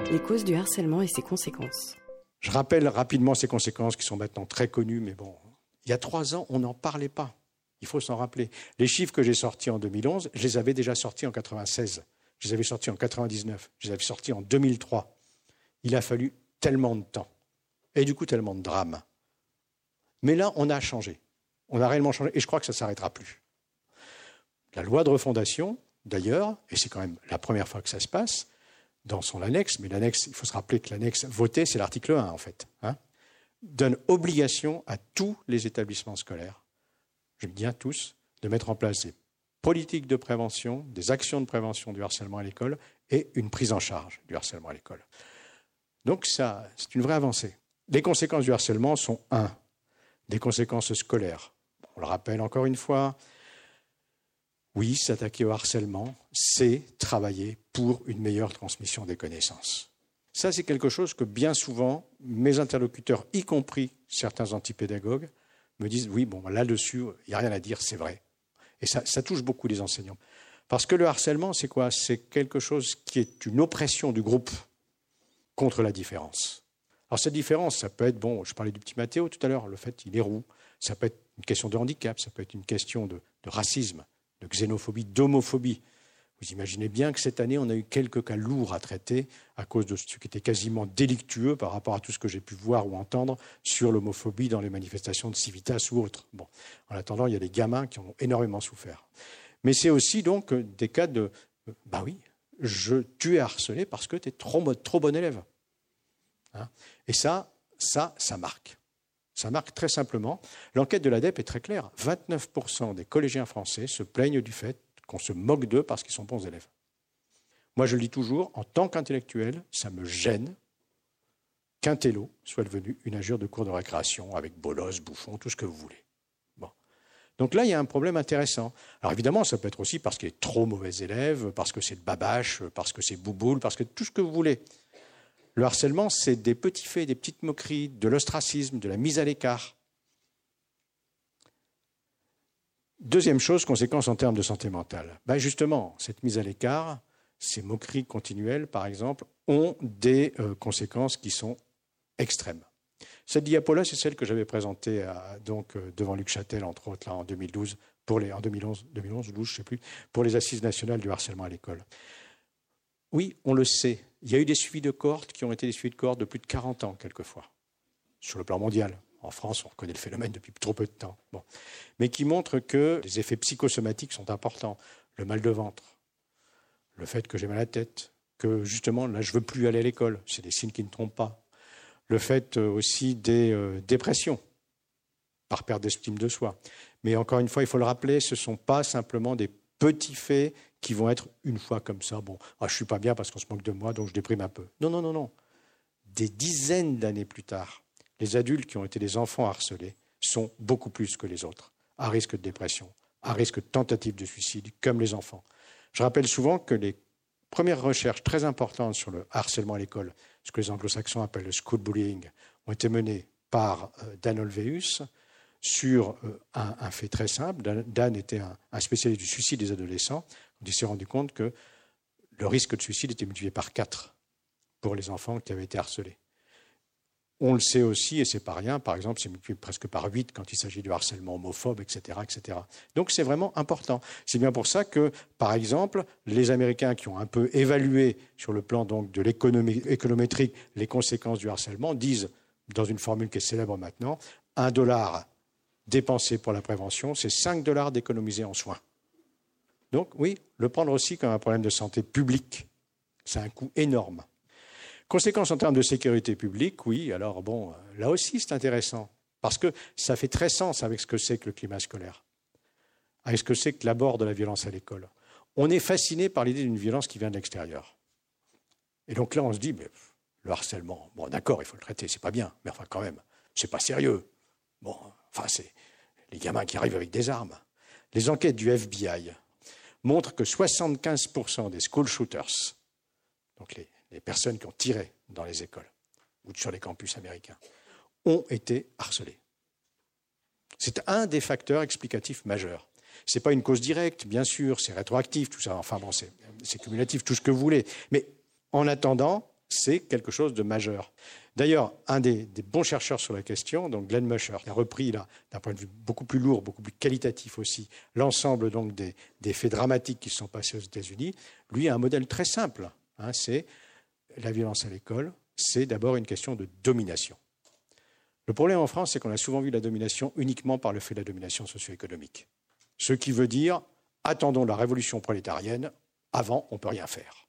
Les causes du harcèlement et ses conséquences. Je rappelle rapidement ces conséquences qui sont maintenant très connues, mais bon, il y a 3 ans, on n'en parlait pas. Il faut s'en rappeler. Les chiffres que j'ai sortis en 2011, je les avais déjà sortis en 96. Je les avais sortis en 99. Je les avais sortis en 2003. Il a fallu tellement de temps. Et du coup, tellement de drames. Mais là, on a changé. On a réellement changé. Et je crois que ça ne s'arrêtera plus. La loi de refondation, d'ailleurs, et c'est quand même la première fois que ça se passe, dans son annexe, mais l'annexe, il faut se rappeler que l'annexe votée, c'est l'article 1, en fait, donne obligation à tous les établissements scolaires, je dis bien tous, de mettre en place des politiques de prévention, des actions de prévention du harcèlement à l'école et une prise en charge du harcèlement à l'école. Donc ça, c'est une vraie avancée. Les conséquences du harcèlement sont, des conséquences scolaires. On le rappelle encore une fois, oui, s'attaquer au harcèlement, c'est travailler pour une meilleure transmission des connaissances. Ça, c'est quelque chose que bien souvent, mes interlocuteurs, y compris certains antipédagogues, me disent, oui, bon, là-dessus, il n'y a rien à dire, c'est vrai. Et ça touche beaucoup les enseignants. Parce que le harcèlement, c'est quoi? C'est quelque chose qui est une oppression du groupe contre la différence. Alors cette différence, ça peut être, bon, je parlais du petit Mathéo tout à l'heure, le fait qu'il est roux, ça peut être une question de handicap, ça peut être une question de racisme, de xénophobie, d'homophobie. Vous imaginez bien que cette année, on a eu quelques cas lourds à traiter à cause de ce qui était quasiment délictueux par rapport à tout ce que j'ai pu voir ou entendre sur l'homophobie dans les manifestations de Civitas ou autres. Bon, en attendant, il y a des gamins qui ont énormément souffert. Mais c'est aussi donc des cas de oui, tu es harcelé parce que tu es trop bon élève. Et ça marque. Ça marque très simplement. L'enquête de l'ADEPE est très claire. 29% des collégiens français se plaignent du fait qu'on se moque d'eux parce qu'ils sont bons élèves. Moi, je le dis toujours, en tant qu'intellectuel, ça me gêne qu'un télo soit devenu une injure de cours de récréation avec bolos, bouffon, tout ce que vous voulez. Bon. Donc là, il y a un problème intéressant. Alors évidemment, ça peut être aussi parce qu'il est trop mauvais élève, parce que c'est le babache, parce que c'est bouboule, parce que tout ce que vous voulez. Le harcèlement, c'est des petits faits, des petites moqueries, de l'ostracisme, de la mise à l'écart. Deuxième chose, conséquence en termes de santé mentale. Justement, cette mise à l'écart, ces moqueries continuelles, par exemple, ont des conséquences qui sont extrêmes. Cette diapo-là, c'est celle que j'avais présentée devant Luc Châtel, entre autres, là, en 2012, en 2011, je ne sais plus, pour les assises nationales du harcèlement à l'école. Oui, on le sait. Il y a eu des suivis de cohortes qui ont été des suivis de cohortes de plus de 40 ans, quelquefois, sur le plan mondial. En France, on connaît le phénomène depuis trop peu de temps. Bon. Mais qui montrent que les effets psychosomatiques sont importants. Le mal de ventre, le fait que j'ai mal à la tête, que justement, là, je ne veux plus aller à l'école. C'est des signes qui ne trompent pas. Le fait aussi des dépressions, par perte d'estime de soi. Mais encore une fois, il faut le rappeler, ce ne sont pas simplement des petits faits qui vont être une fois comme ça. Bon, je ne suis pas bien parce qu'on se moque de moi, donc je déprime un peu. Non. Des dizaines d'années plus tard, les adultes qui ont été des enfants harcelés sont beaucoup plus que les autres, à risque de dépression, à risque de tentative de suicide, comme les enfants. Je rappelle souvent que les premières recherches très importantes sur le harcèlement à l'école, ce que les anglo-saxons appellent le school bullying, ont été menées par Dan Olweus sur un fait très simple. Dan était un spécialiste du suicide des adolescents. On s'est rendu compte que le risque de suicide était multiplié par 4 pour les enfants qui avaient été harcelés. On le sait aussi, et c'est pas rien, par exemple, c'est multiplié presque par 8 quand il s'agit de harcèlement homophobe, etc., etc. Donc c'est vraiment important. C'est bien pour ça que, par exemple, les Américains qui ont un peu évalué sur le plan donc, de l'économie économétrique les conséquences du harcèlement disent, dans une formule qui est célèbre maintenant, $1 dépensé pour la prévention, c'est $5 d'économiser en soins. Donc oui, le prendre aussi comme un problème de santé publique, c'est un coût énorme. Conséquences en termes de sécurité publique, oui, alors bon, là aussi c'est intéressant, parce que ça fait très sens avec ce que c'est que le climat scolaire, avec ce que c'est que l'abord de la violence à l'école. On est fasciné par l'idée d'une violence qui vient de l'extérieur. Et donc là, on se dit, mais le harcèlement, bon d'accord, il faut le traiter, c'est pas bien, mais enfin quand même, c'est pas sérieux. Bon, enfin c'est les gamins qui arrivent avec des armes. Les enquêtes du FBI montrent que 75% des school shooters, donc les personnes qui ont tiré dans les écoles ou sur les campus américains, ont été harcelés. C'est un des facteurs explicatifs majeurs. Ce n'est pas une cause directe, bien sûr, c'est rétroactif, tout ça. Enfin bon, c'est cumulatif, tout ce que vous voulez. Mais en attendant, c'est quelque chose de majeur. D'ailleurs, un des bons chercheurs sur la question, donc Glenn Musher, qui a repris là, d'un point de vue beaucoup plus lourd, beaucoup plus qualitatif aussi, l'ensemble donc des faits dramatiques qui se sont passés aux États-Unis, lui a un modèle très simple. C'est la violence à l'école, c'est d'abord une question de domination. Le problème en France, c'est qu'on a souvent vu la domination uniquement par le fait de la domination socio-économique. Ce qui veut dire, attendons la révolution prolétarienne, avant, on ne peut rien faire.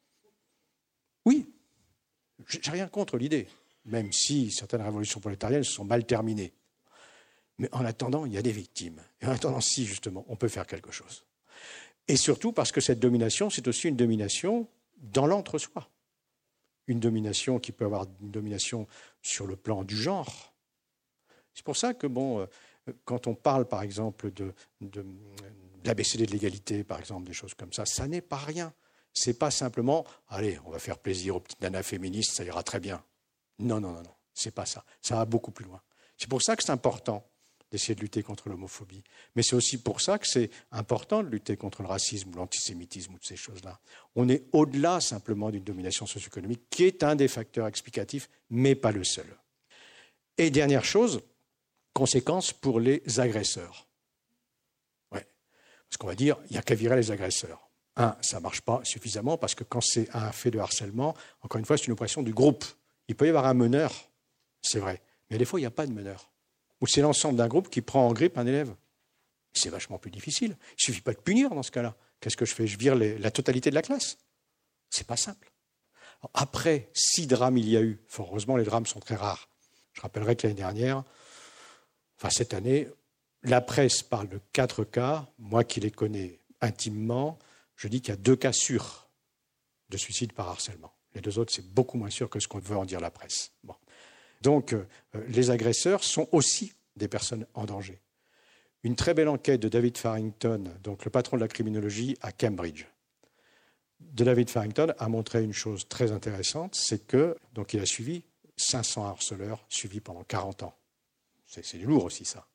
Oui, je n'ai rien contre l'idée, même si certaines révolutions prolétariennes se sont mal terminées. Mais en attendant, il y a des victimes. Et en attendant, si, justement, on peut faire quelque chose. Et surtout parce que cette domination, c'est aussi une domination dans l'entre-soi. Une domination qui peut avoir une domination sur le plan du genre. C'est pour ça que, quand on parle, par exemple, de l'ABCD de l'égalité, par exemple, des choses comme ça n'est pas rien. C'est pas simplement, allez, on va faire plaisir aux petites nanas féministes, ça ira très bien. Non, c'est pas ça. Ça va beaucoup plus loin. C'est pour ça que c'est important d'essayer de lutter contre l'homophobie. Mais c'est aussi pour ça que c'est important de lutter contre le racisme ou l'antisémitisme ou toutes ces choses-là. On est au-delà simplement d'une domination socio-économique qui est un des facteurs explicatifs, mais pas le seul. Et dernière chose, conséquence pour les agresseurs. Ouais. Parce qu'on va dire, il n'y a qu'à virer les agresseurs. Ça ne marche pas suffisamment parce que quand c'est un fait de harcèlement, encore une fois, c'est une opération du groupe. Il peut y avoir un meneur, c'est vrai, mais des fois, il n'y a pas de meneur. Ou c'est l'ensemble d'un groupe qui prend en grippe un élève. C'est vachement plus difficile. Il ne suffit pas de punir dans ce cas-là. Qu'est-ce que je fais? Je vire la totalité de la classe. C'est pas simple. Alors, après, 6 drames il y a eu. Fort heureusement, les drames sont très rares. Je rappellerai que l'année dernière, cette année, la presse parle de 4 cas. Moi qui les connais intimement, je dis qu'il y a 2 cas sûrs de suicide par harcèlement. Les 2 autres, c'est beaucoup moins sûr que ce qu'on veut en dire la presse. Bon. Donc, les agresseurs sont aussi des personnes en danger. Une très belle enquête de David Farrington, donc le patron de la criminologie à Cambridge, de David Farrington a montré une chose très intéressante, c'est que, donc il a suivi 500 harceleurs suivis pendant 40 ans. C'est du lourd aussi, ça.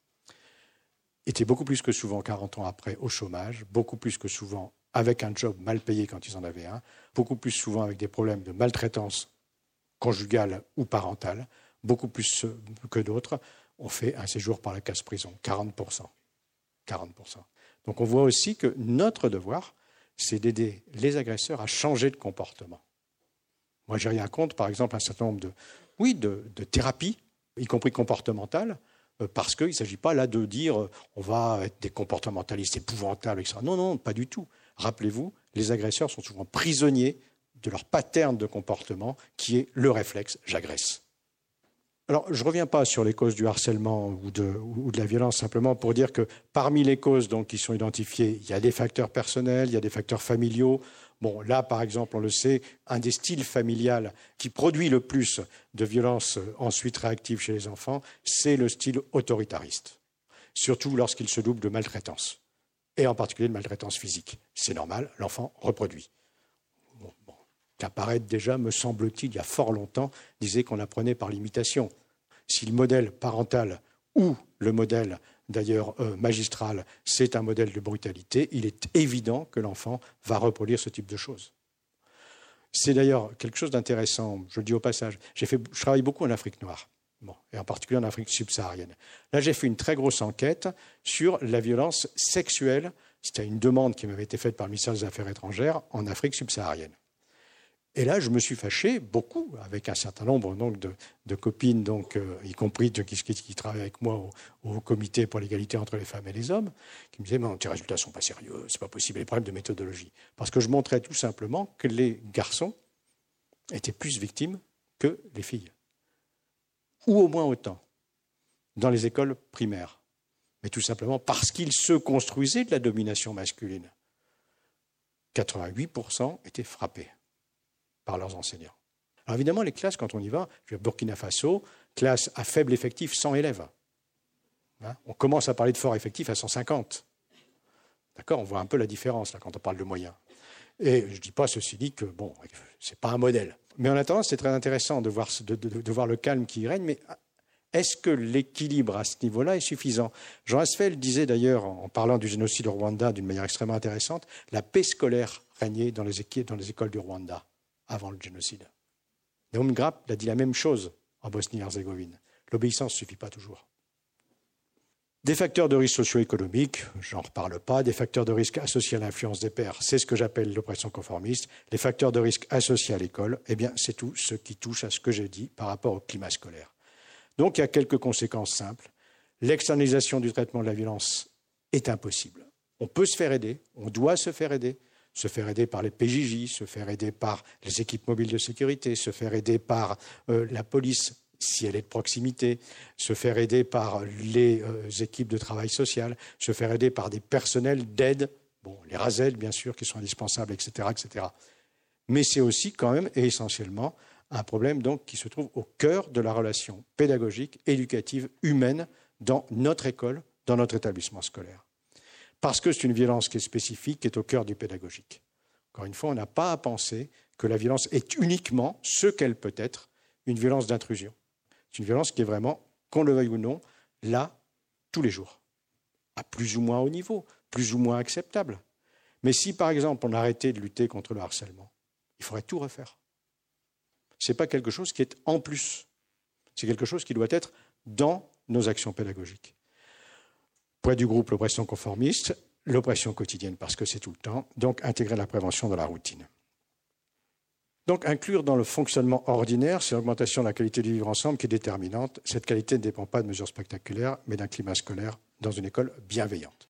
Étaient beaucoup plus que souvent, 40 ans après, au chômage, beaucoup plus que souvent avec un job mal payé quand ils en avaient un, beaucoup plus souvent avec des problèmes de maltraitance conjugale ou parentale, beaucoup plus que d'autres ont fait un séjour par la casse-prison, 40%. 40%. Donc on voit aussi que notre devoir, c'est d'aider les agresseurs à changer de comportement. Moi, j'ai rien contre, par exemple, un certain nombre de thérapies, y compris comportementales, parce qu'il ne s'agit pas là de dire on va être des comportementalistes épouvantables, etc. Non, pas du tout. Rappelez-vous, les agresseurs sont souvent prisonniers de leur pattern de comportement qui est le réflexe « j'agresse ». Alors, je ne reviens pas sur les causes du harcèlement ou de la violence, simplement pour dire que parmi les causes donc, qui sont identifiées, il y a des facteurs personnels, il y a des facteurs familiaux. Bon, là, par exemple, on le sait, un des styles familial qui produit le plus de violence ensuite réactive chez les enfants, c'est le style autoritariste, surtout lorsqu'il se double de maltraitance, et en particulier de maltraitance physique. C'est normal, l'enfant reproduit. Qu'apparaître déjà, me semble-t-il, il y a fort longtemps, disait qu'on apprenait par l'imitation. Si le modèle parental ou le modèle, d'ailleurs, magistral, c'est un modèle de brutalité, il est évident que l'enfant va reproduire ce type de choses. C'est d'ailleurs quelque chose d'intéressant, je le dis au passage. Je travaille beaucoup en Afrique noire, et en particulier en Afrique subsaharienne. Là, j'ai fait une très grosse enquête sur la violence sexuelle. C'était une demande qui m'avait été faite par le ministère des Affaires étrangères en Afrique subsaharienne. Et là, je me suis fâché beaucoup avec un certain nombre donc, de copines, donc, y compris qui travaillent avec moi au comité pour l'égalité entre les femmes et les hommes, qui me disaient « tes résultats ne sont pas sérieux, ce n'est pas possible, il y a des problèmes de méthodologie ». Parce que je montrais tout simplement que les garçons étaient plus victimes que les filles. Ou au moins autant, dans les écoles primaires. Mais tout simplement parce qu'ils se construisaient de la domination masculine. 88% étaient frappés par leurs enseignants. Alors évidemment, les classes, quand on y va, je vais à Burkina Faso, classe à faible effectif, 100 élèves. On commence à parler de fort effectif à 150. D'accord, on voit un peu la différence là, quand on parle de moyens. Et je ne dis pas, ceci dit, que bon, ce n'est pas un modèle. Mais en attendant, c'est très intéressant de voir le calme qui y règne, mais est-ce que l'équilibre à ce niveau-là est suffisant? Jean Asfeld disait d'ailleurs, en parlant du génocide au Rwanda d'une manière extrêmement intéressante, la paix scolaire régnait dans les écoles du Rwanda. avant le génocide. Naum Grap a dit la même chose en Bosnie-Herzégovine. L'obéissance ne suffit pas toujours. Des facteurs de risque socio-économiques, j'en reparle pas. Des facteurs de risque associés à l'influence des pairs, c'est ce que j'appelle l'oppression conformiste. Les facteurs de risque associés à l'école, eh bien, c'est tout ce qui touche à ce que j'ai dit par rapport au climat scolaire. Donc, il y a quelques conséquences simples. L'externalisation du traitement de la violence est impossible. On peut se faire aider, on doit se faire aider par les PJJ, se faire aider par les équipes mobiles de sécurité, se faire aider par la police, si elle est de proximité, se faire aider par les équipes de travail social, se faire aider par des personnels d'aide, bon, les RASEL, bien sûr, qui sont indispensables, etc., etc. Mais c'est aussi quand même et essentiellement un problème donc, qui se trouve au cœur de la relation pédagogique, éducative, humaine dans notre école, dans notre établissement scolaire. Parce que c'est une violence qui est spécifique, qui est au cœur du pédagogique. Encore une fois, on n'a pas à penser que la violence est uniquement ce qu'elle peut être, une violence d'intrusion. C'est une violence qui est vraiment, qu'on le veuille ou non, là, tous les jours, à plus ou moins haut niveau, plus ou moins acceptable. Mais si, par exemple, on arrêtait de lutter contre le harcèlement, il faudrait tout refaire. Ce n'est pas quelque chose qui est en plus. C'est quelque chose qui doit être dans nos actions pédagogiques. Poids du groupe, l'oppression conformiste, l'oppression quotidienne, parce que c'est tout le temps, donc intégrer la prévention dans la routine. Donc, inclure dans le fonctionnement ordinaire, c'est l'augmentation de la qualité du vivre ensemble qui est déterminante. Cette qualité ne dépend pas de mesures spectaculaires, mais d'un climat scolaire dans une école bienveillante.